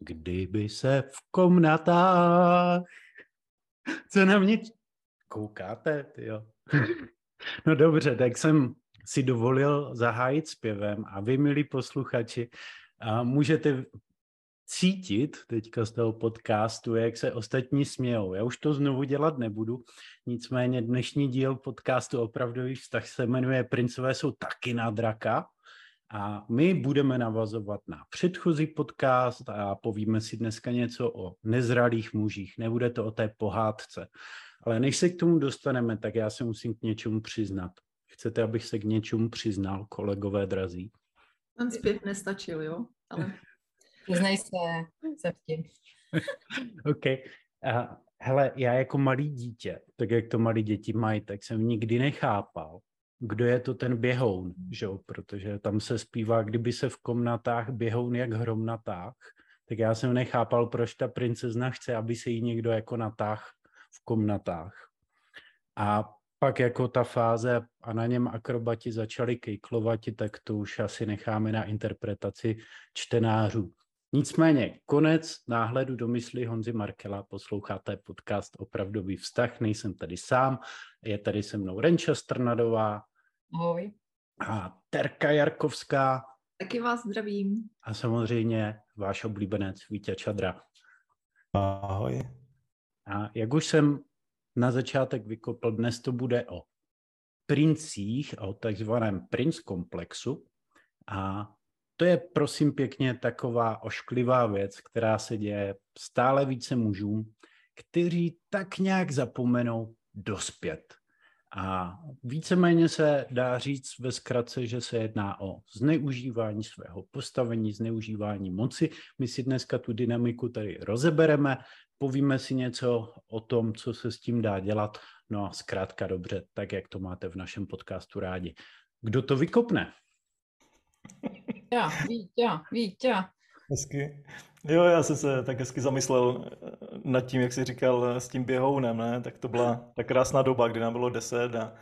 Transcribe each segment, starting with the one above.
Kdyby se v komnatách... Co na mě koukáte, tyjo? No dobře, tak jsem si dovolil zahájit zpěvem a vy, milí posluchači, můžete cítit teďka z toho podcastu, jak se ostatní smějou. Já už to znovu dělat nebudu, nicméně dnešní díl podcastu Opravdový vztah se jmenuje Princové jsou taky na draka a my budeme navazovat na předchozí podcast a povíme si dneska něco o nezralých mužích. Nebude to o té pohádce. Ale než se k tomu dostaneme, tak já se musím k něčemu přiznat. Chcete, abych se k něčemu přiznal, kolegové drazí? Ten zpěv nestačil, jo? Ale... Přiznaj se s tím. OK. Hele, já jako malý dítě, tak jak to malí děti mají, tak jsem nikdy nechápal, kdo je to ten běhoun, že jo? Protože tam se zpívá, kdyby se v komnatách běhoun jak hromnatách, tak já jsem nechápal, proč ta princezna chce, aby se jí někdo jako natáhl v komnatách. A pak jako ta fáze a na něm akrobati začali kejklovati, tak to už asi necháme na interpretaci čtenářů. Nicméně, konec náhledu do mysli Honzy Markela, posloucháte podcast Opravdový vztah, nejsem tady sám, je tady se mnou Renča Strnadová. Ahoj. A Terka Jarkovská. Taky vás zdravím. A samozřejmě váš oblíbenec Víťa Čadra. Ahoj. A jak už jsem na začátek vykopl, dnes to bude o princích, o takzvaném princ komplexu. A to je, prosím pěkně, taková ošklivá věc, která se děje stále více mužům, kteří tak nějak zapomenou dospět. A víceméně se dá říct ve zkratce, že se jedná o zneužívání svého postavení, zneužívání moci. My si dneska tu dynamiku tady rozebereme, povíme si něco o tom, co se s tím dá dělat. No a zkrátka dobře, tak jak to máte v našem podcastu rádi. Kdo to vykopne? Vítě. Hezky. Jo, já jsem se tak hezky zamyslel nad tím, jak jsi říkal s tím běhounem, ne? Tak to byla ta krásná doba, kdy nám bylo 10 a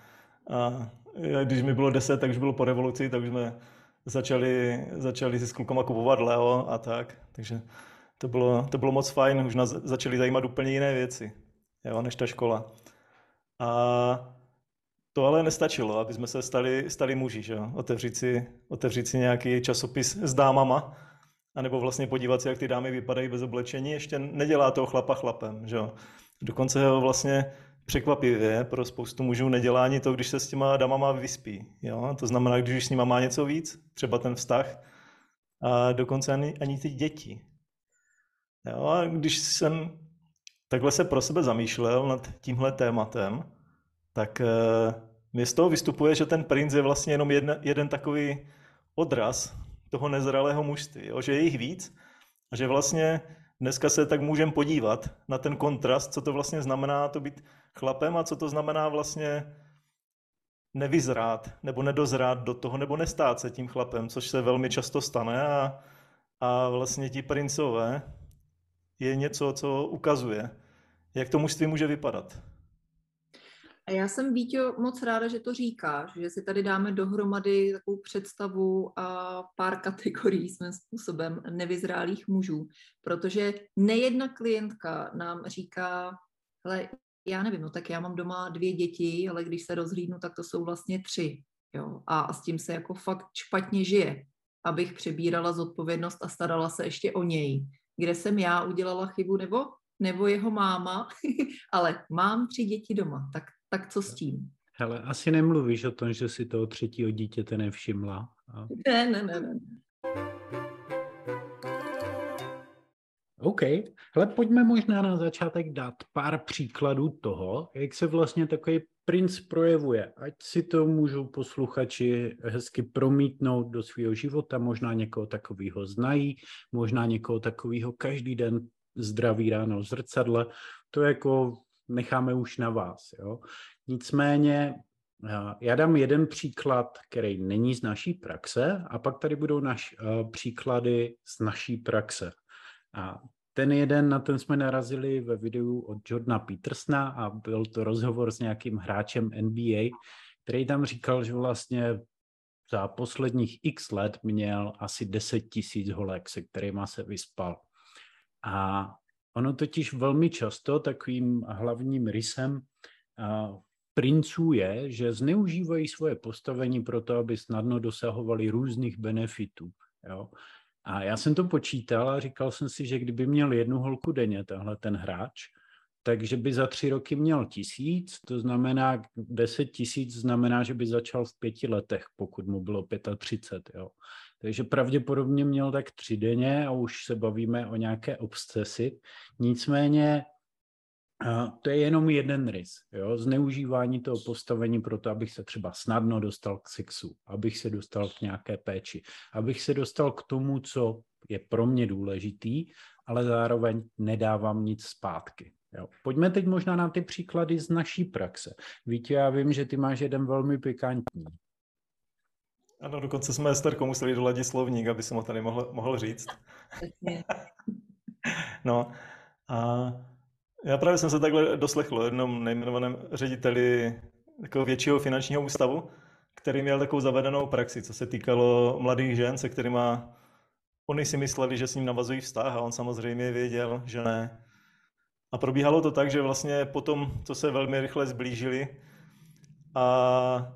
když mi bylo 10, tak už bylo po revoluci, tak už jsme začali si s klukama kupovat Leo a tak. Takže to bylo moc fajn, už nás začaly zajímat úplně jiné věci, jo, než ta škola. A to ale nestačilo, aby jsme se stali muži, že jo? Otevřít si nějaký časopis s dámama, anebo vlastně podívat se, jak ty dámy vypadají bez oblečení, ještě nedělá toho chlapa chlapem, že jo? Dokonce ho vlastně překvapivě pro spoustu mužů nedělá ani to, když se s těma dámama vyspí, jo? To znamená, když s nima má něco víc, třeba ten vztah, a dokonce ani ty děti. Jo? A když jsem takhle se pro sebe zamýšlel nad tímhle tématem, tak mi z toho vystupuje, že ten princ je vlastně jenom jeden takový odraz toho nezralého mužství, jo? Že je jich víc a že vlastně dneska se tak můžeme podívat na ten kontrast, co to vlastně znamená to být chlapem a co to znamená vlastně nevyzrát nebo nedozrát do toho nebo nestát se tím chlapem, což se velmi často stane a vlastně ti princové je něco, co ukazuje, jak to mužství může vypadat. A já jsem, Víťo, moc ráda, že to říkáš, že si tady dáme dohromady takovou představu a pár kategorií svým způsobem nevyzrálých mužů, protože nejedna klientka nám říká, hele, já nevím, no tak já mám doma 2 děti, ale když se rozhlídnu, tak to jsou vlastně 3. Jo? A s tím se jako fakt špatně žije, abych přebírala zodpovědnost a starala se ještě o něj. Kde jsem já udělala chybu, nebo jeho máma, ale mám 3 děti doma, tak co s tím? Hele, asi nemluvíš o tom, že si toho 3. dítěte nevšimla. Ne. OK, hele, pojďme možná na začátek dát pár příkladů toho, jak se vlastně takový princ projevuje. Ať si to můžou posluchači hezky promítnout do svého života, možná někoho takového znají, možná někoho takového každý den zdraví ráno v zrcadle, to jako necháme už na vás. Jo? Nicméně já dám jeden příklad, který není z naší praxe a pak tady budou příklady z naší praxe. A na ten jsme narazili ve videu od Jordana Petersona a byl to rozhovor s nějakým hráčem NBA, který tam říkal, že vlastně za posledních x let měl asi 10 000 holek, se kterýma se vyspal. A ono totiž velmi často takovým hlavním rysem princů je, že zneužívají svoje postavení proto, aby snadno dosahovali různých benefitů. Jo? A já jsem to počítal a říkal jsem si, že kdyby měl 1 holku denně, tahle ten hráč, takže by za 3 roky měl 1000, to znamená 10 000 znamená, že by začal v 5 letech, pokud mu bylo 35. Jo. Takže pravděpodobně měl tak 3 denně a už se bavíme o nějaké obsesi. Nicméně to je jenom jeden rys. Jo. Zneužívání toho postavení proto, abych se třeba snadno dostal k sexu, abych se dostal k nějaké péči, abych se dostal k tomu, co je pro mě důležitý, ale zároveň nedávám nic zpátky. Jo. Pojďme teď možná na ty příklady z naší praxe. Vítě, já vím, že ty máš jeden velmi pikantní. Ano, dokonce jsme Esterkou museli doladit slovník, aby jsem ho tady mohl říct. No a já právě jsem se takhle doslechl o jednom nejmenovaném řediteli takového většího finančního ústavu, který měl takovou zavedenou praxi, co se týkalo mladých žen, se kterými oni si mysleli, že s ním navazují vztah a on samozřejmě věděl, že ne. A probíhalo to tak, že vlastně potom, co se velmi rychle zblížili a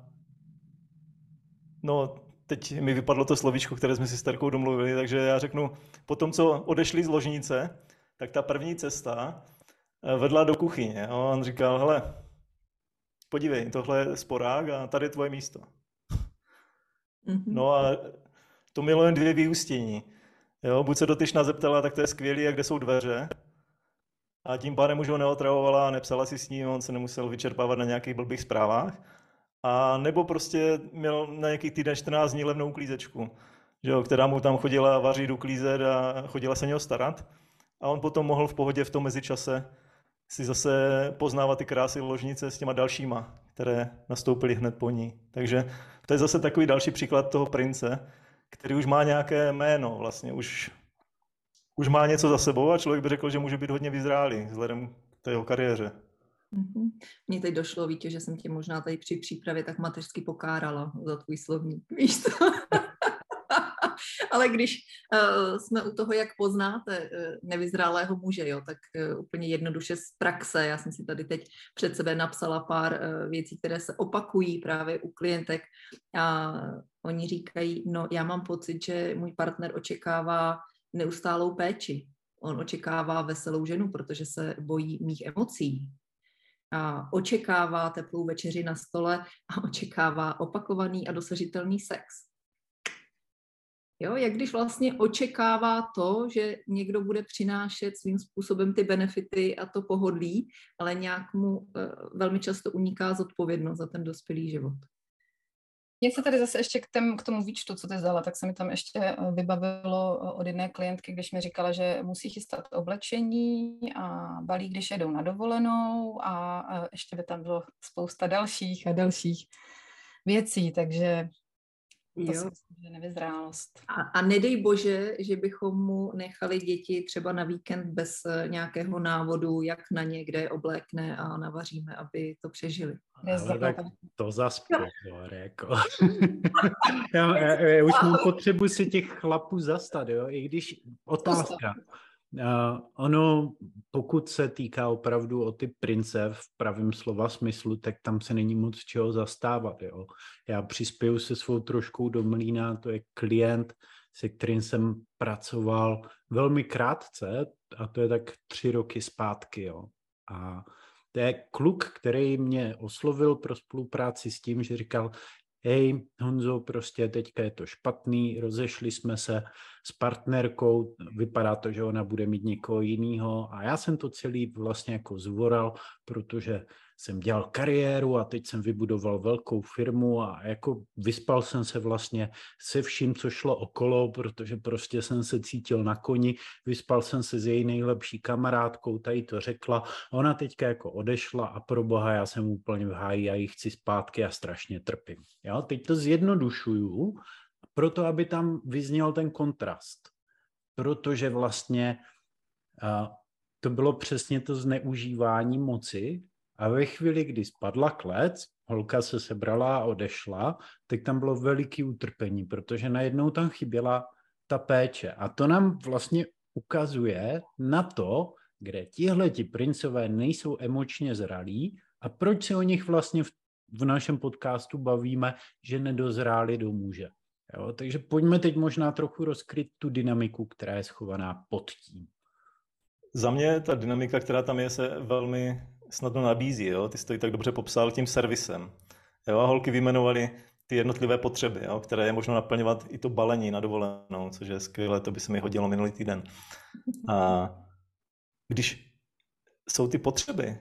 no, teď mi vypadlo to slovíčko, které jsme si s Terkou domluvili, takže já řeknu, potom, co odešli z ložnice, tak ta první cesta vedla do kuchyně. A on říkal, hele, podívej, tohle je sporák a tady je tvoje místo. No a to mělo jen 2 vyústění. Jo, buď se dotyčná zeptala, tak to je skvělý, a kde jsou dveře. A tím pádem už ho neotravovala a nepsala si s ním, on se nemusel vyčerpávat na nějakých blbých zprávách. A nebo prostě měl na nějaký týden 14 dní levnou uklízečku, že jo, která mu tam chodila vařit, uklízet a chodila se něho starat. A on potom mohl v pohodě v tom mezičase si zase poznávat ty krásy ložnice s těma dalšíma, které nastoupily hned po ní. Takže to je zase takový další příklad toho prince, který už má nějaké jméno vlastně, už má něco za sebou a člověk by řekl, že může být hodně vyzrálý vzhledem k té jeho kariéře. Mně teď došlo, Vítě, že jsem tě možná tady při přípravě tak mateřsky pokárala za tvůj slovník, víš to? Ale když jsme u toho, jak poznáte nevyzrálého muže, jo, tak úplně jednoduše z praxe, já jsem si tady teď před sebe napsala pár věcí, které se opakují právě u klientek a oni říkají, no já mám pocit, že můj partner očekává neustálou péči. On očekává veselou ženu, protože se bojí mých emocí. A očekává teplou večeři na stole a očekává opakovaný a dosažitelný sex. Jo, jak když vlastně očekává to, že někdo bude přinášet svým způsobem ty benefity a to pohodlí, ale nějak mu velmi často uniká zodpovědnost za ten dospělý život. Mně se tady zase ještě k tomu výčtu, co ty zdala, tak se mi tam ještě vybavilo od jedné klientky, když mi říkala, že musí chystat oblečení a balí, když jedou na dovolenou a ještě by tam bylo spousta dalších a dalších věcí, takže to si myslím, že nevyzrálost. A nedej bože, že bychom mu nechali děti třeba na víkend bez nějakého návodu, jak na ně, kde je oblékne a navaříme, aby to přežili. Ale tak to zas pozor, jako. já už mám potřebu si těch chlapů zastat, jo, i když otázka. Ono, pokud se týká opravdu o ty prince v pravém slova smyslu, tak tam se není moc čeho zastávat. Jo. Já přispěju se svou troškou do mlýna, to je klient, se kterým jsem pracoval velmi krátce, a to je tak 3 roky zpátky. Jo. A to je kluk, který mě oslovil pro spolupráci s tím, že říkal, hej, Honzo, prostě teďka je to špatný, rozešli jsme se s partnerkou, vypadá to, že ona bude mít někoho jiného a já jsem to celý vlastně jako zvoral, protože jsem dělal kariéru a teď jsem vybudoval velkou firmu a jako vyspal jsem se vlastně se vším, co šlo okolo, protože prostě jsem se cítil na koni, vyspal jsem se s její nejlepší kamarádkou, ta jí to řekla, ona teďka jako odešla a pro boha já jsem úplně v háji, já ji chci zpátky a strašně trpím. Jo? Teď to zjednodušuju, proto aby tam vyzněl ten kontrast, protože vlastně to bylo přesně to zneužívání moci a ve chvíli, kdy spadla klec, holka se sebrala a odešla, tak tam bylo veliký utrpení, protože najednou tam chyběla ta péče a to nám vlastně ukazuje na to, kde tihleti princové nejsou emočně zralí a proč se o nich vlastně v našem podcastu bavíme, že nedozráli do muže. Jo? Takže pojďme teď možná trochu rozkryt tu dynamiku, která je schovaná pod tím. Za mě ta dynamika, která tam je, se velmi snadno nabízí. Jo? Ty jsi to i tak dobře popsal tím servisem. Jo? A holky vyjmenovaly ty jednotlivé potřeby, jo? Které je možno naplňovat i to balení na dovolenou, což je skvělé, to by se mi hodilo minulý týden. A když jsou ty potřeby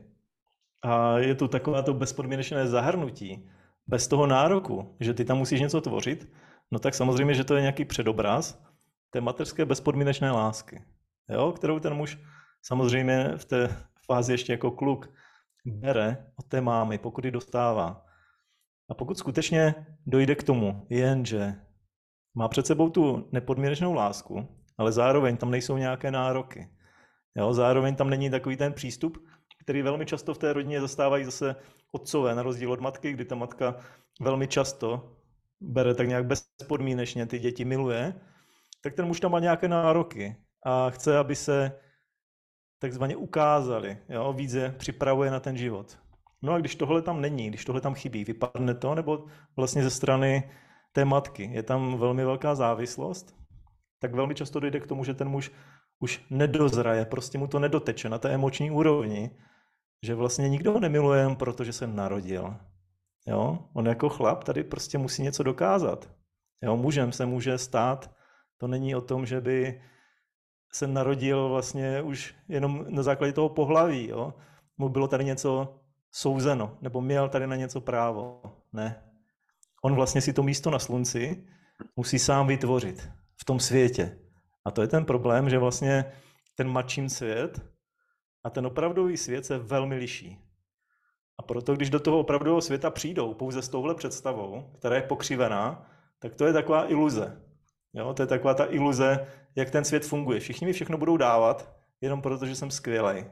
a je tu takováto bezpodmínečné zahrnutí, bez toho nároku, že ty tam musíš něco tvořit, no tak samozřejmě, že to je nějaký předobraz té mateřské bezpodmínečné lásky, jo? Kterou ten muž samozřejmě v té fázi ještě jako kluk bere od té mámy, pokud ji dostává. A pokud skutečně dojde k tomu, jenže má před sebou tu nepodmínečnou lásku, ale zároveň tam nejsou nějaké nároky. Jo? Zároveň tam není takový ten přístup, který velmi často v té rodině zastávají zase otcové, na rozdíl od matky, kdy ta matka velmi často bere tak nějak bezpodmínečně, ty děti miluje, tak ten muž tam má nějaké nároky a chce, aby se takzvaně ukázali, jo? Víc je připravuje na ten život. No a když tohle tam není, když tohle tam chybí, vypadne to, nebo vlastně ze strany té matky je tam velmi velká závislost, tak velmi často dojde k tomu, že ten muž už nedozraje, prostě mu to nedoteče na té emoční úrovni, že vlastně nikdo ho nemiluje jen proto, že se narodil. Jo? On jako chlap tady prostě musí něco dokázat. Jo? Mužem se může stát, to není o tom, že by se narodil vlastně už jenom na základě toho pohlaví. Jo? Mu bylo tady něco souzeno, nebo měl tady na něco právo. Ne. On vlastně si to místo na slunci musí sám vytvořit v tom světě. A to je ten problém, že vlastně ten matčin svět a ten opravdový svět se velmi liší. A proto, když do toho opravdového světa přijdou pouze s touhle představou, která je pokřivená, tak to je taková iluze. Jo? To je taková ta iluze, jak ten svět funguje. Všichni mi všechno budou dávat, jenom proto, že jsem skvělej.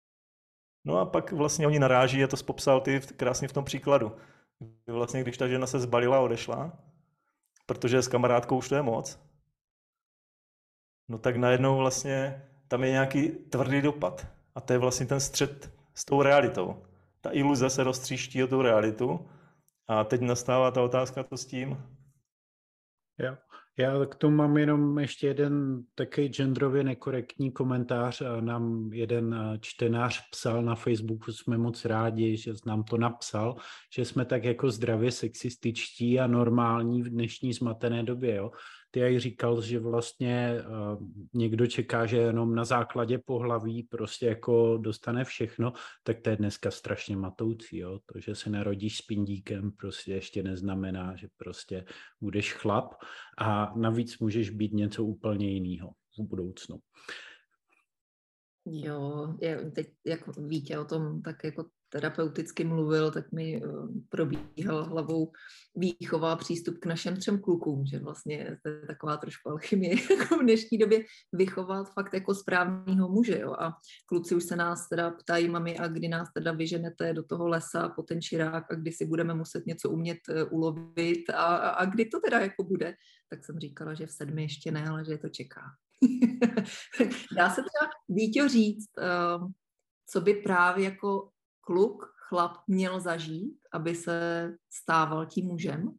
No a pak vlastně oni naráží, a to popsal ty krásně v tom příkladu. Vlastně, když ta žena se zbalila a odešla, protože s kamarádkou už to je moc, no tak najednou vlastně tam je nějaký tvrdý dopad. A to je vlastně ten střet s tou realitou. Ta iluze se roztříští o tu realitu a teď nastává ta otázka, co s tím. Jo. Já k tomu mám jenom ještě jeden takový genderově nekorektní komentář. Nám jeden čtenář psal na Facebooku, jsme moc rádi, že nám to napsal, že jsme tak jako zdravě sexističtí a normální v dnešní zmatené době. Jo. Ty jak říkal, že vlastně někdo čeká, že jenom na základě pohlaví prostě jako dostane všechno, tak to je dneska strašně matoucí. Jo. To, že se narodíš s pindíkem, prostě ještě neznamená, že prostě budeš chlap a navíc můžeš být něco úplně jiného v budoucnu. Jo, teď jak Vítě o tom tak jako terapeuticky mluvil, tak mi probíhal hlavou výchova přístup k našem 3 klukům, že vlastně to je taková trošku alchymie jako v dnešní době vychovat fakt jako správného muže. Jo? A kluci už se nás teda ptají, mami, a kdy nás teda vyženete do toho lesa po ten čirák a kdy si budeme muset něco umět ulovit a kdy to teda jako bude. Tak jsem říkala, že v 7 ještě ne, ale že je to čeká. Dá se teda, Víťo, říct, co by právě jako kluk, chlap měl zažít, aby se stával tím mužem?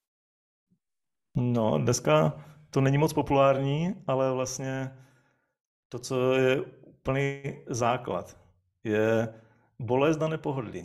No, dneska to není moc populární, ale vlastně to, co je úplný základ, je bolest a nepohodlí.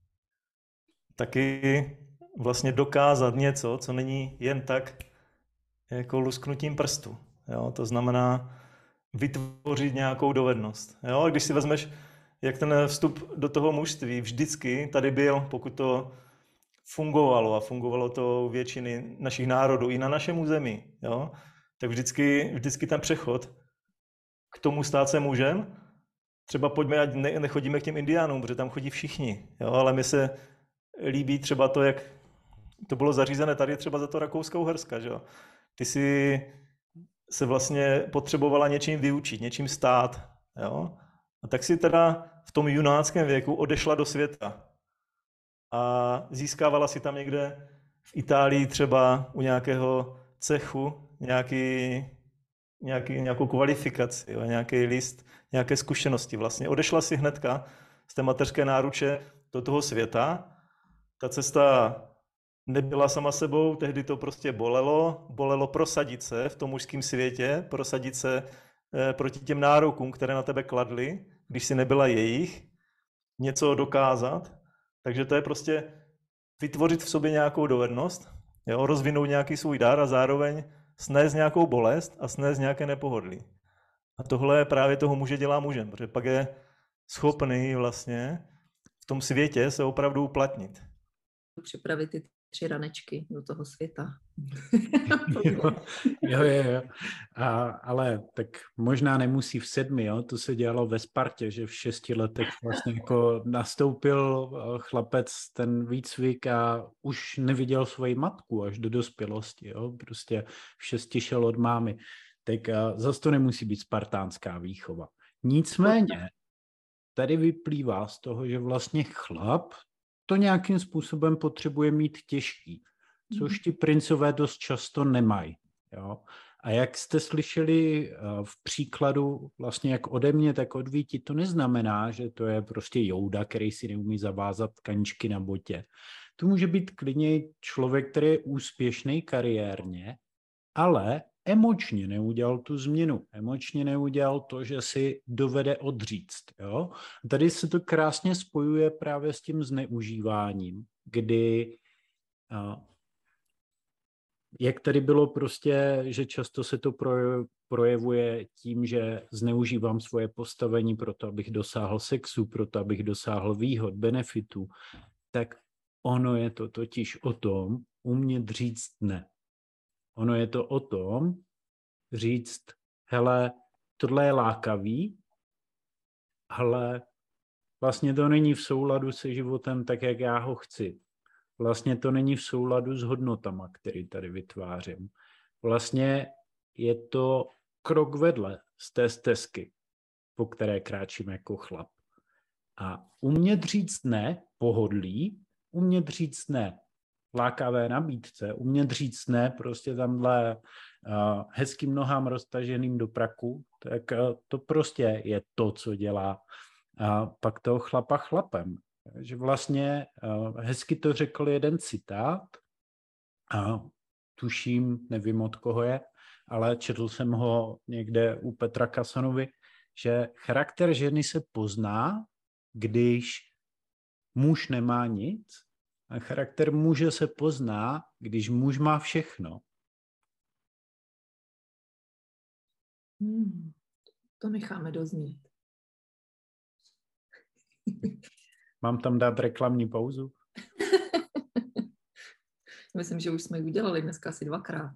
Taky vlastně dokázat něco, co není jen tak jako lusknutím prstu. Jo? To znamená vytvořit nějakou dovednost. Jo? A když si vezmeš, jak ten vstup do toho mužství vždycky tady byl, pokud to fungovalo a fungovalo to u většiny našich národů i na našem území, jo? Tak vždycky ten přechod k tomu stát se mužem, třeba pojďme, ať nechodíme k těm indiánům, protože tam chodí všichni, jo? Ale mi se líbí třeba to, jak to bylo zařízené tady třeba za to Rakousko-Uherska, že jo? Ty si se vlastně potřebovala něčím vyučit, něčím stát, jo? A tak si teda v tom junáckém věku odešla do světa a získávala si tam někde v Itálii třeba u nějakého cechu nějaký nějakou kvalifikaci, jo, nějaký list, nějaké zkušenosti vlastně. Odešla si hnedka z té mateřské náruče do toho světa. Ta cesta nebyla sama sebou, tehdy to prostě bolelo prosadit se v tom mužském světě, prosadit se proti těm nárokům, které na tebe kladly, když si nebyla jejich, něco dokázat. Takže to je prostě vytvořit v sobě nějakou dovednost, jo, rozvinout nějaký svůj dar a zároveň snést nějakou bolest a snést nějaké nepohodlí. A tohle právě toho muže dělá mužem, protože pak je schopný vlastně v tom světě se opravdu uplatnit. Připravit ty 3 ranečky do toho světa. jo. Ale tak možná nemusí v 7, jo? To se dělalo ve Spartě, že v 6 letech vlastně jako nastoupil chlapec ten výcvik a už neviděl svoji matku až do dospělosti, jo? Prostě v 6 šel od mámy. Tak zase to nemusí být spartánská výchova. Nicméně tady vyplývá z toho, že vlastně chlap to nějakým způsobem potřebuje mít těžký, což ti princové dost často nemají. Jo? A jak jste slyšeli v příkladu vlastně jak ode mě, tak od Víti, to neznamená, že to je prostě Jouda, který si neumí zavázat kaničky na botě. To může být klidně člověk, který je úspěšný kariérně, ale emočně neudělal tu změnu. Emočně neudělal to, že si dovede odříct. Jo? Tady se to krásně spojuje právě s tím zneužíváním, kdy jak tady bylo prostě, že často se to projevuje tím, že zneužívám svoje postavení proto, abych dosáhl sexu, proto, abych dosáhl výhod, benefitů, tak ono je to totiž o tom umět říct ne. Ono je to o tom říct, hele, tohle je lákavý, ale vlastně to není v souladu se životem tak, jak já ho chci. Vlastně to není v souladu s hodnotama, které tady vytvářím. Vlastně je to krok vedle z té stezky, po které kráčím jako chlap. A umět říct ne pohodlí, umět říct ne lákavé nabídce, umět říct ne prostě tamhle hezkým nohám roztaženým do praku, tak to prostě je to, co dělá pak toho chlapa chlapem. Že vlastně hezky to řekl jeden citát, a tuším, nevím od koho je, ale četl jsem ho někde u Petra Kasanovy, že charakter ženy se pozná, když muž nemá nic, a charakter muže se pozná, když muž má všechno. To necháme doznít. Mám tam dát reklamní pauzu? Myslím, že už jsme ji udělali dneska asi 2krát.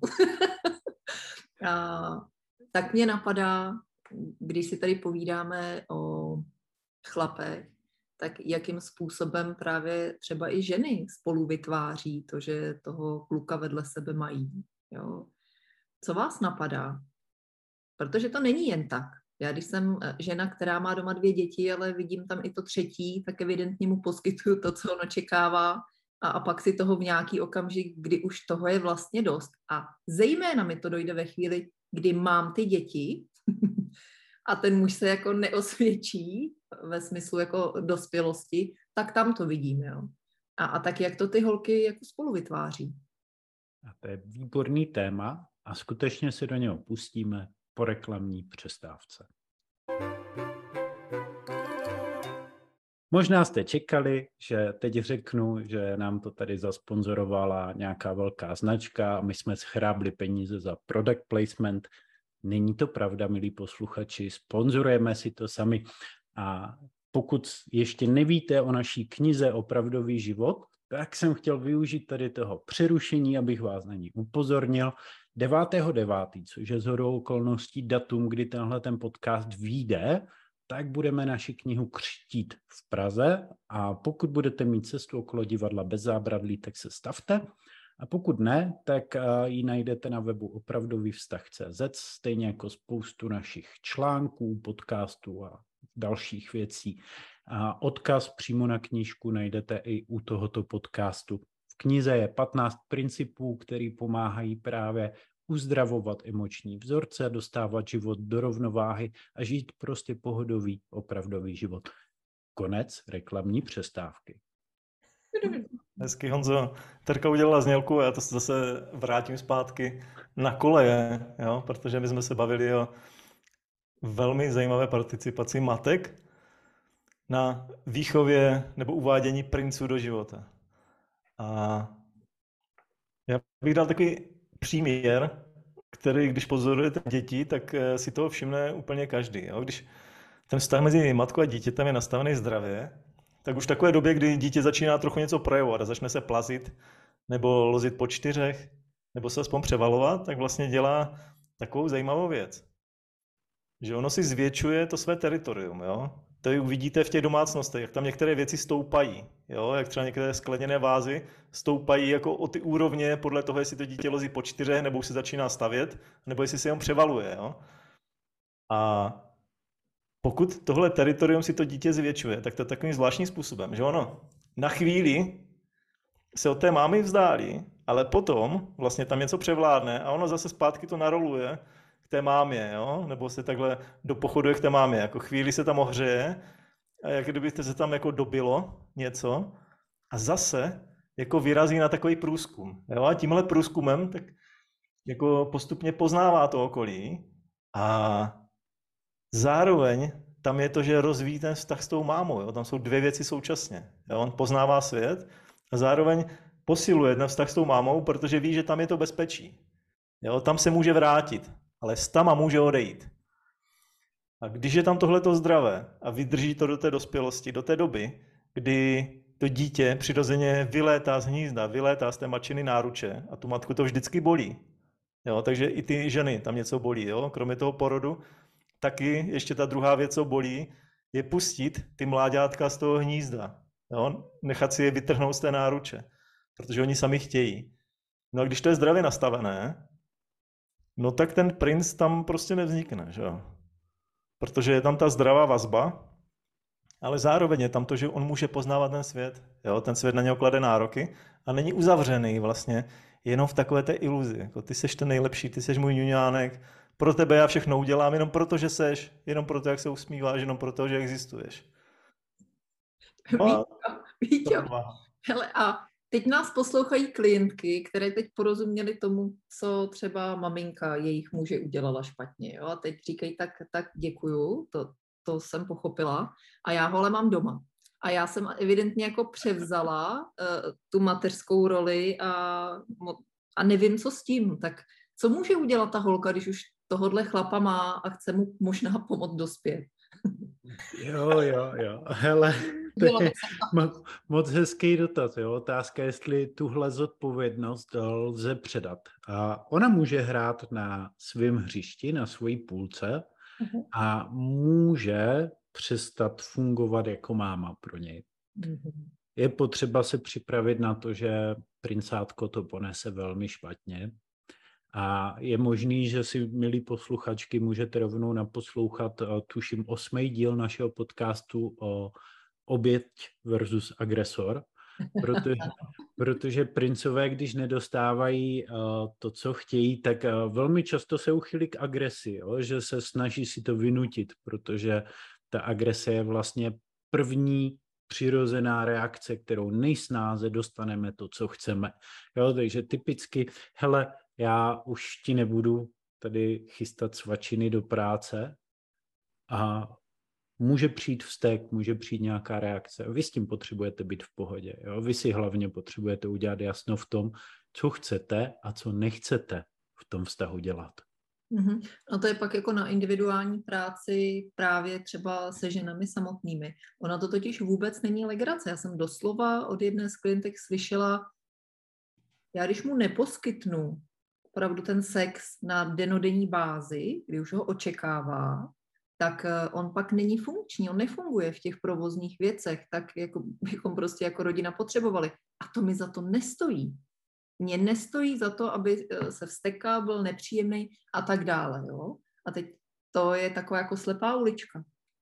Tak mě napadá, když si tady povídáme o chlapech, tak jakým způsobem právě třeba i ženy spolu vytváří to, že toho kluka vedle sebe mají. Jo? Co vás napadá? Protože to není jen tak. Já když jsem žena, která má doma 2 děti, ale vidím tam i to 3, tak evidentně mu poskytuju to, co on očekává a pak si toho v nějaký okamžik, kdy už toho je vlastně dost. A zejména mi to dojde ve chvíli, kdy mám ty děti a ten muž se jako neosvědčí ve smyslu jako dospělosti, tak tam to vidím. Jo. A tak jak to ty holky jako spolu vytváří? A to je výborný téma a skutečně se do něho pustíme po reklamní přestávce. Možná jste čekali, že teď řeknu, že nám to tady zasponzorovala nějaká velká značka a my jsme schrábli peníze za product placement. Není to pravda, milí posluchači, sponzorujeme si to sami. A pokud ještě nevíte o naší knize Opravdový život, tak jsem chtěl využít tady toho přerušení, abych vás na ní upozornil. 9.9., což je shodou okolností datum, kdy tenhle ten podcast vyjde, tak budeme naši knihu křtít v Praze a pokud budete mít cestu okolo divadla Bez zábradlí, tak se stavte. A pokud ne, tak ji najdete na webu opravdovývztah.cz, stejně jako spoustu našich článků, podcastů a dalších věcí. A odkaz přímo na knížku najdete i u tohoto podcastu. V knize je 15 principů, které pomáhají právě uzdravovat emoční vzorce, dostávat život do rovnováhy a žít prostě pohodový, opravdový život. Konec reklamní přestávky. Hezky, Honzo. Terka udělala znělku a já to zase vrátím zpátky na koleje, jo? Protože my jsme se bavili o velmi zajímavé participaci matek na výchově nebo uvádění princů do života. A já bych dal takový příměr, který, když pozorujete děti, tak si toho všimne úplně každý. Jo? Když ten vztah mezi matkou a dítětem je nastavený zdravě, tak už v takové době, kdy dítě začíná trochu něco projevovat a začne se plazit, nebo lozit po čtyřech, nebo se aspoň převalovat, tak vlastně dělá takovou zajímavou věc. Že ono si zvětšuje to své teritorium, jo? To i uvidíte v těch domácnostech, jak tam některé věci stoupají, jo? Jak třeba některé skleněné vázy stoupají jako o ty úrovně podle toho, jestli to dítě lozí po čtyřech, nebo už se začíná stavět, nebo jestli se jenom převaluje, jo? A pokud tohle teritorium si to dítě zvětšuje, tak to je takovým zvláštním způsobem, že ono na chvíli se od té mámy vzdálí, ale potom vlastně tam něco převládne a ono zase zpátky to naroluje k té mámě, jo? Nebo se takhle dopochoduje k té mámě, jako chvíli se tam ohřeje, a jak kdybyste se tam jako dobilo něco a zase jako vyrazí na takový průzkum, jo? A tímhle průzkumem tak jako postupně poznává to okolí a zároveň tam je to, že rozvíjí ten vztah s tou mámou, jo? Tam jsou dvě věci současně, jo? On poznává svět a zároveň posiluje ten vztah s tou mámou, protože ví, že tam je to bezpečí. Jo? Tam se může vrátit, ale s tama může odejít. A když je tam tohleto zdravé a vydrží to do té dospělosti, do té doby, kdy to dítě přirozeně vylétá z hnízda, vylétá z té matčiny náruče a tu matku to vždycky bolí. Jo? Takže i ty ženy tam něco bolí, jo? Kromě toho porodu, taky ještě ta druhá věc, co bolí, je pustit ty mláďátka z toho hnízda. Jo? Nechat si je vytrhnout z té náruče, protože oni sami chtějí. No a když to je zdravě nastavené, no tak ten princ tam prostě nevznikne, že jo? Protože je tam ta zdravá vazba, ale zároveň je tam to, že on může poznávat ten svět. Jo? Ten svět na něho klade nároky a není uzavřený vlastně jenom v takové té iluzi. Jako ty seš ten nejlepší, ty seš můj ňuňánek, pro tebe já všechno udělám jenom proto, že seš, jenom proto, jak se usmíváš, jenom proto, že existuješ. Víťo, hele, a teď nás poslouchají klientky, které teď porozuměly tomu, co třeba maminka jejich muže udělala špatně. Jo? A teď říkají, tak děkuju, to jsem pochopila. A já ho ale mám doma. A já jsem evidentně jako převzala tu mateřskou roli a nevím, co s tím. Tak co může udělat ta holka, když už tohodle chlapa má a chce mu možná pomoct dospět? Jo. Hele, to je moc hezký dotaz. Jo? Otázka, jestli tuhle zodpovědnost lze předat. A ona může hrát na svém hřišti, na svojí půlce a může přestat fungovat jako máma pro něj. Je potřeba se připravit na to, že princátko to ponese velmi špatně. A je možný, že si, milí posluchačky, můžete rovnou naposlouchat, tuším, 8. díl našeho podcastu o oběť versus agresor, protože princové, když nedostávají to, co chtějí, tak velmi často se uchylí k agresi, jo? Že se snaží si to vynutit, protože ta agrese je vlastně první přirozená reakce, kterou nejsnáze dostaneme to, co chceme. Jo? Takže typicky, hele, já už ti nebudu tady chystat svačiny do práce a může přijít vztek, může přijít nějaká reakce. Vy s tím potřebujete být v pohodě. Jo? Vy si hlavně potřebujete udělat jasno v tom, co chcete a co nechcete v tom vztahu dělat. No to je pak jako na individuální práci právě třeba se ženami samotnými. Ona to totiž vůbec není legrace. Já jsem doslova od jedné z klientek slyšela, já když mu neposkytnu opravdu ten sex na dennodenní bázi, kdy už ho očekává, tak on pak není funkční, on nefunguje v těch provozních věcech, tak jako bychom prostě jako rodina potřebovali. A to mi za to nestojí. Mně nestojí za to, aby se vztekal, byl nepříjemný a tak dále. Jo? A teď to je taková jako slepá ulička.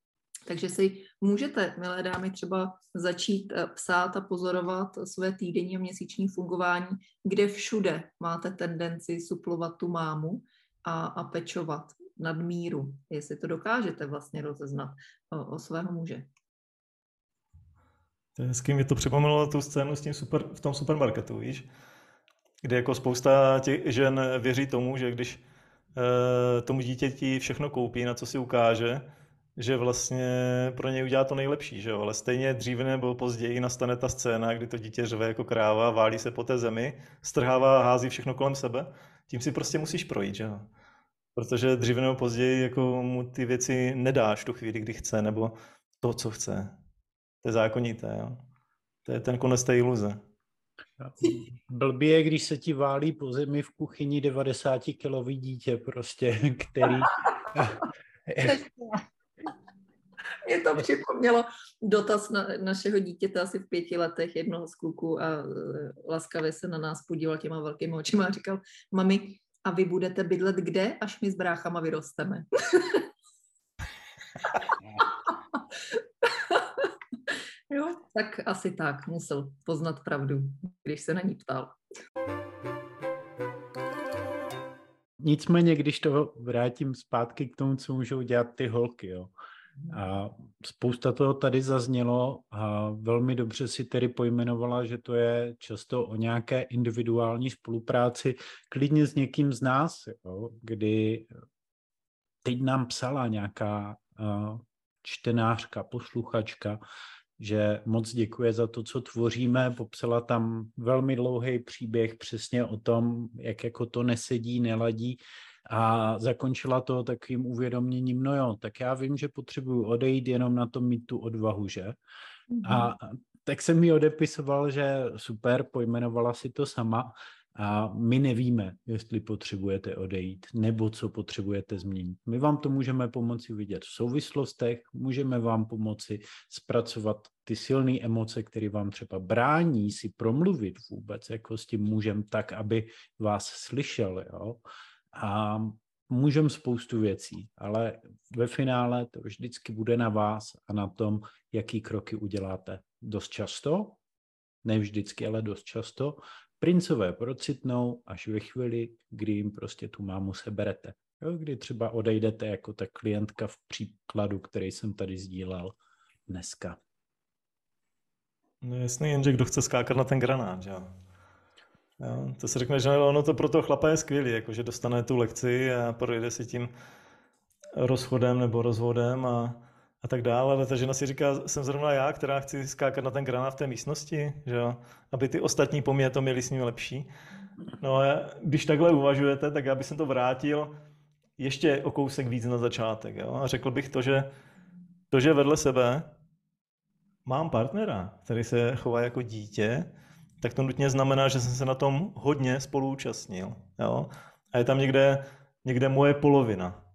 Takže si můžete, milé dámy, třeba začít psát a pozorovat své týdenní a měsíční fungování, kde všude máte tendenci suplovat tu mámu a pečovat nadmíru, jestli to dokážete vlastně rozeznat o svého muže. To je hezky, mi to připomnělo tu scénu s tím v tom supermarketu, víš? Kde jako spousta těch žen věří tomu, že když tomu dítěti všechno koupí, na co si ukáže, že vlastně pro něj udělá to nejlepší, že jo? Ale stejně dříve nebo později nastane ta scéna, kdy to dítě řve jako kráva, válí se po té zemi, strhává a hází všechno kolem sebe. Tím si prostě musíš projít, že jo? Protože dříve nebo později jako mu ty věci nedáš tu chvíli, kdy chce, nebo to, co chce. To je zákonité, jo? To je ten konec té iluze. Blbý je, když se ti válí po zemi v kuchyni 90-kilový dítě prostě, který... Mě to připomnělo dotaz našeho dítěte asi v 5 letech, jednoho z kluků, a laskavě se na nás podíval těma velkými očima a říkal: mami, a vy budete bydlet kde, až my s bráchama vyrosteme? Jo, tak asi tak, musel poznat pravdu, když se na ní ptal. Nicméně, když to vrátím zpátky k tomu, co můžou dělat ty holky, jo. A spousta toho tady zaznělo a velmi dobře si tedy pojmenovala, že to je často o nějaké individuální spolupráci, klidně s někým z nás, jo, kdy teď nám psala nějaká čtenářka, posluchačka, že moc děkuje za to, co tvoříme, popsala tam velmi dlouhý příběh přesně o tom, jak jako to nesedí, neladí, a zakončila to takovým uvědoměním, no jo, tak já vím, že potřebuju odejít, jenom na to mít tu odvahu, že? A tak jsem mi odepisoval, že super, pojmenovala si to sama a my nevíme, jestli potřebujete odejít nebo co potřebujete změnit. My vám to můžeme pomoci vidět v souvislostech, můžeme vám pomoci zpracovat ty silné emoce, které vám třeba brání si promluvit vůbec jako s tím mužem tak, aby vás slyšel, jo? A můžeme spoustu věcí, ale ve finále to vždycky bude na vás a na tom, jaký kroky uděláte. Dost často, ne vždycky, ale dost často, princové procitnou až ve chvíli, kdy jim prostě tu mámu seberete. Jo, kdy třeba odejdete jako ta klientka v příkladu, který jsem tady sdílel dneska. No jasný, jenže kdo chce skákat na ten granát, jo? Jo, to se řekne, že ono to pro toho chlapa je skvělý, jakože dostane tu lekci a projde si tím rozchodem nebo rozvodem a tak dále, ale ta žena si říká, jsem zrovna já, která chci skákat na ten granát v té místnosti, že jo? Aby ty ostatní po mně to měli s ním lepší. No a když takhle uvažujete, tak já bych to vrátil ještě o kousek víc na začátek, jo? A řekl bych to, že vedle sebe mám partnera, který se chová jako dítě, tak to nutně znamená, že jsem se na tom hodně spoluúčastnil. Jo? A je tam někde moje polovina.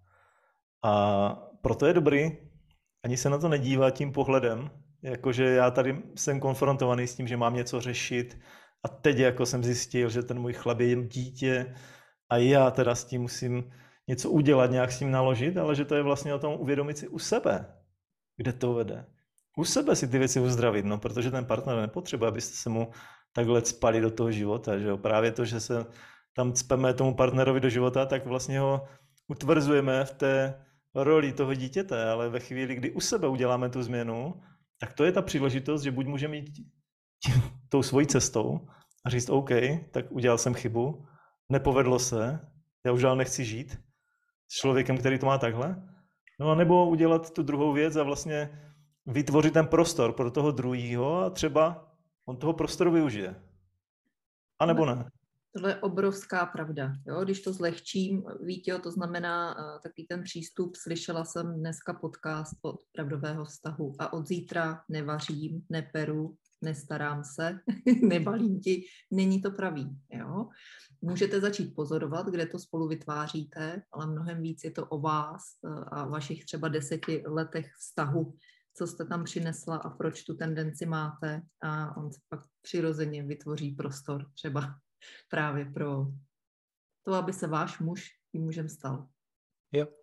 A proto je dobrý ani se na to nedívat tím pohledem, jakože já tady jsem konfrontovaný s tím, že mám něco řešit a teď jako jsem zjistil, že ten můj chlap je jen dítě a já teda s tím musím něco udělat, nějak s tím naložit, ale že to je vlastně o tom uvědomit si u sebe, kde to vede. U sebe si ty věci uzdravit, no, protože ten partner nepotřebuje, abyste se mu takhle cpali do toho života, že jo. Právě to, že se tam cpeme tomu partnerovi do života, tak vlastně ho utvrzujeme v té roli toho dítěte, ale ve chvíli, kdy u sebe uděláme tu změnu, tak to je ta příležitost, že buď můžeme jít tou svojí cestou a říct OK, tak udělal jsem chybu, nepovedlo se, já už dál nechci žít s člověkem, který to má takhle, no a nebo udělat tu druhou věc a vlastně vytvořit ten prostor pro toho druhého a třeba on toho prostoru využije. A nebo ne. Tohle je obrovská pravda. Jo? Když to zlehčím, Víťo, to znamená takový ten přístup, slyšela jsem dneska podcast od pravdového vztahu a od zítra nevařím, neperu, nestarám se, nebalím ti, není to pravý. Jo? Můžete začít pozorovat, kde to spolu vytváříte, ale mnohem víc je to o vás a vašich třeba 10 letech vztahu, co jste tam přinesla a proč tu tendenci máte, a on se pak přirozeně vytvoří prostor třeba právě pro to, aby se váš muž tím mužem stal. Jo.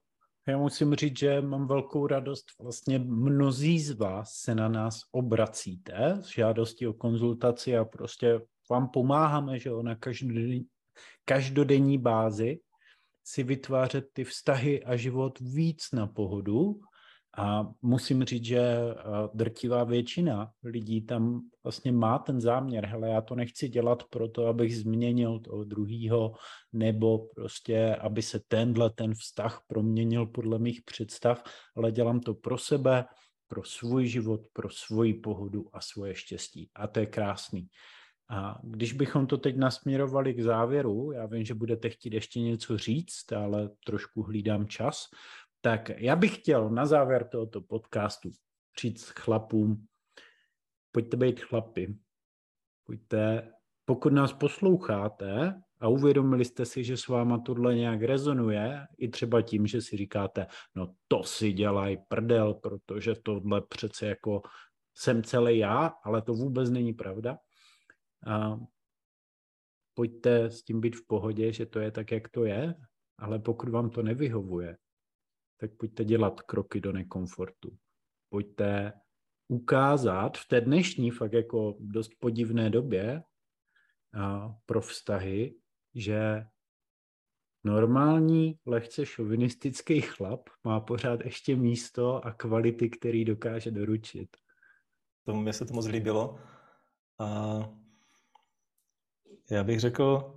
Já musím říct, že mám velkou radost. Vlastně mnozí z vás se na nás obracíte s žádostí o konzultaci a prostě vám pomáháme, že na každodenní bázi si vytvářet ty vztahy a život víc na pohodu. A musím říct, že drtivá většina lidí tam vlastně má ten záměr. Hele, já to nechci dělat proto, abych změnil toho druhýho, nebo prostě, aby se ten vztah proměnil podle mých představ, ale dělám to pro sebe, pro svůj život, pro svoji pohodu a svoje štěstí. A to je krásný. A když bychom to teď nasměrovali k závěru, já vím, že budete chtít ještě něco říct, ale trošku hlídám čas, tak já bych chtěl na závěr tohoto podcastu říct chlapům, pojďte být chlapi, pojďte, pokud nás posloucháte a uvědomili jste si, že s váma tohle nějak rezonuje, i třeba tím, že si říkáte, no to si dělaj prdel, protože tohle přece jako jsem celý já, ale to vůbec není pravda. A pojďte s tím být v pohodě, že to je tak, jak to je, ale pokud vám to nevyhovuje, tak pojďte dělat kroky do nekomfortu. Pojďte ukázat v té dnešní fakt jako dost podivné době pro vztahy, že normální, lehce šovinistický chlap má pořád ještě místo a kvality, který dokáže doručit. Mně se to moc líbilo. A já bych řekl,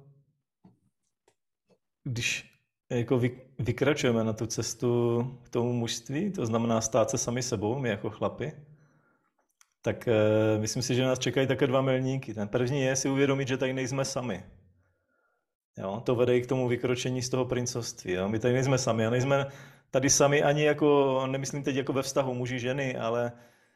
když jako vykračujeme na tu cestu k tomu mužství, to znamená stát se sami sebou, my jako chlapi, tak myslím si, že nás čekají také 2 milníky. Ten první je si uvědomit, že tady nejsme sami. Jo? To vede i k tomu vykročení z toho princovství. Jo? My tady nejsme sami. A nejsme tady sami ani jako, nemyslím teď jako ve vztahu muži, ženy, ale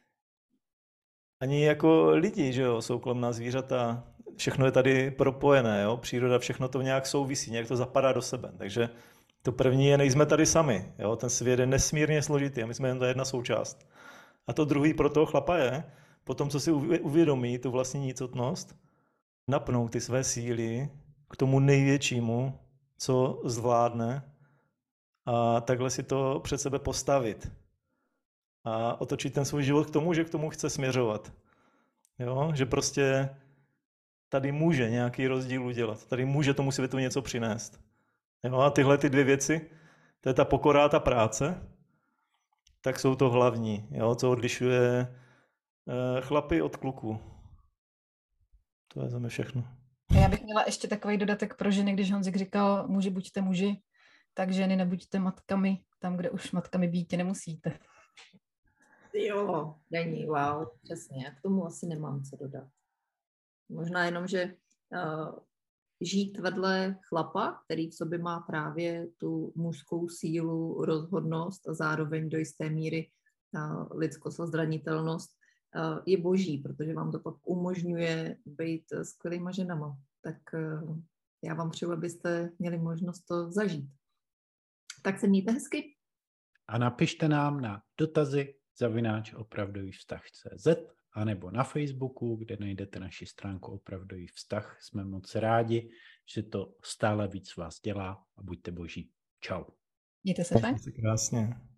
ani jako lidi, že jo? Jsou kolem nás zvířata. Všechno je tady propojené, jo? Příroda, všechno to nějak souvisí, nějak to zapadá do sebe. Takže to první je, nejsme tady sami. Jo? Ten svět je nesmírně složitý a my jsme jen ta jedna součást. A to druhý pro toho chlapa je, potom, co si uvědomí tu vlastní nicotnost, napnout ty své síly k tomu největšímu, co zvládne a takhle si to před sebe postavit. A otočit ten svůj život k tomu, že k tomu chce směřovat. Jo? Že prostě tady může nějaký rozdíl udělat. Tady může tomu světu něco přinést. Jo? A tyhle ty 2 věci, to je ta pokora a ta práce, tak jsou to hlavní, jo? Co odlišuje chlapy od kluků. To je za mě všechno. Já bych měla ještě takový dodatek pro ženy, když Honzik říkal, muži buďte muži, tak ženy nebuďte matkami, tam, kde už matkami být nemusíte. Jo, není, wow, přesně, já k tomu asi nemám co dodat. Možná jenom, že žít vedle chlapa, který v sobě má právě tu mužskou sílu, rozhodnost a zároveň do jisté míry lidskost a zranitelnost, je boží, protože vám to pak umožňuje být skvělýma ženama. Tak já vám přeju, abyste měli možnost to zažít. Tak se mějte hezky. A napište nám na dotazy@opravdovývztah.cz anebo na Facebooku, kde najdete naši stránku Opravdový vztah. Jsme moc rádi, že to stále víc vás dělá a buďte boží. Čau. Mějte se fajn. Krásně.